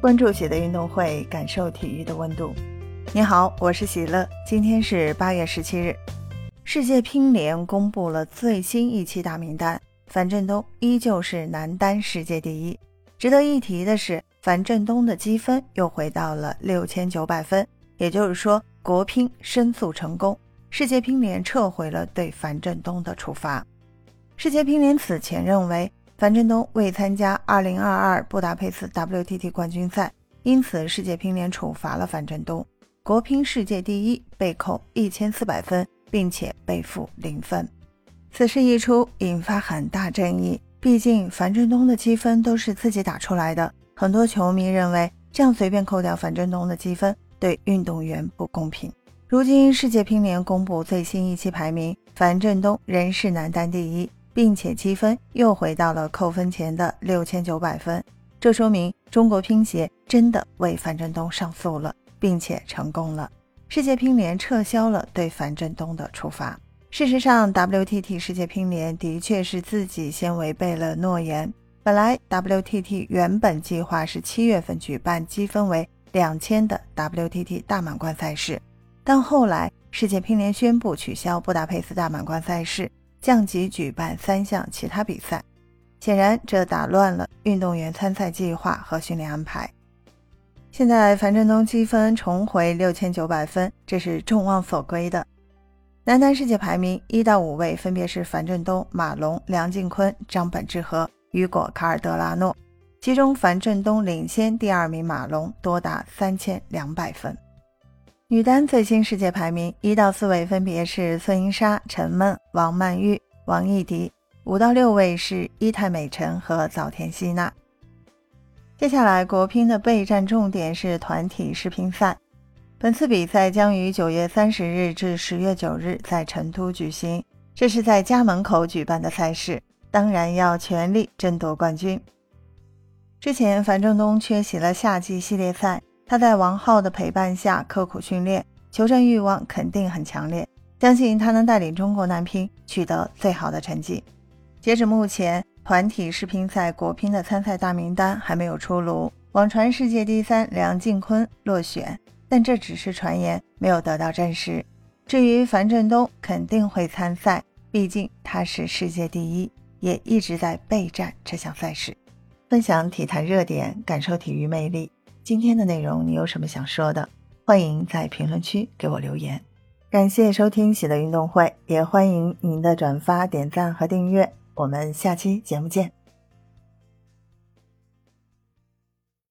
关注喜乐运动会，感受体育的温度。你好，我是喜乐，今天是8月17日。世界乒联公布了最新一期大名单，樊振东依旧是男单世界第一。值得一提的是，樊振东的积分又回到了6900分，也就是说国乒申诉成功，世界乒联撤回了对樊振东的处罚。世界乒联此前认为樊振东未参加2022布达佩斯 WTT 冠军赛，因此世界乒联处罚了樊振东，国乒世界第一被扣1400分，并且被负0分。此事一出，引发很大争议，毕竟樊振东的积分都是自己打出来的，很多球迷认为这样随便扣掉樊振东的积分对运动员不公平。如今世界乒联公布最新一期排名，樊振东仍是男单第一，并且积分又回到了扣分前的6900分，这说明中国乒协真的为樊振东上诉了，并且成功了。世界乒联撤销了对樊振东的处罚。事实上 WTT 世界乒联的确是自己先违背了诺言，本来 WTT 原本计划是7月份举办积分为2000的 WTT 大满贯赛事，但后来世界乒联宣布取消布达佩斯大满贯赛事，降级举办3项其他比赛，显然这打乱了运动员参赛计划和训练安排。现在樊振东积分重回6900分，这是众望所归的。男单世界排名1到5位分别是樊振东、马龙、梁靖昆、张本智和、雨果·卡尔德拉诺，其中樊振东领先第2名马龙多达3200分。女单最新世界排名1到4位分别是孙颖莎、陈梦、王曼玉、王艺迪，5到6位是伊泰美诚和早田希娜。接下来国乒的备战重点是团体世乒赛，本次比赛将于9月30日至10月9日在成都举行，这是在家门口举办的赛事，当然要全力争夺冠军。之前樊振东缺席了夏季系列赛，他在王皓的陪伴下刻苦训练，求胜欲望肯定很强烈，相信他能带领中国男乒取得最好的成绩。截止目前，团体世乒赛国乒的参赛大名单还没有出炉，网传世界第3梁靖昆落选，但这只是传言，没有得到证实。至于樊振东肯定会参赛，毕竟他是世界第一，也一直在备战这项赛事。分享体坛热点，感受体育魅力。今天的内容你有什么想说的？欢迎在评论区给我留言。感谢收听喜乐运动会，也欢迎您的转发、点赞和订阅。我们下期节目见。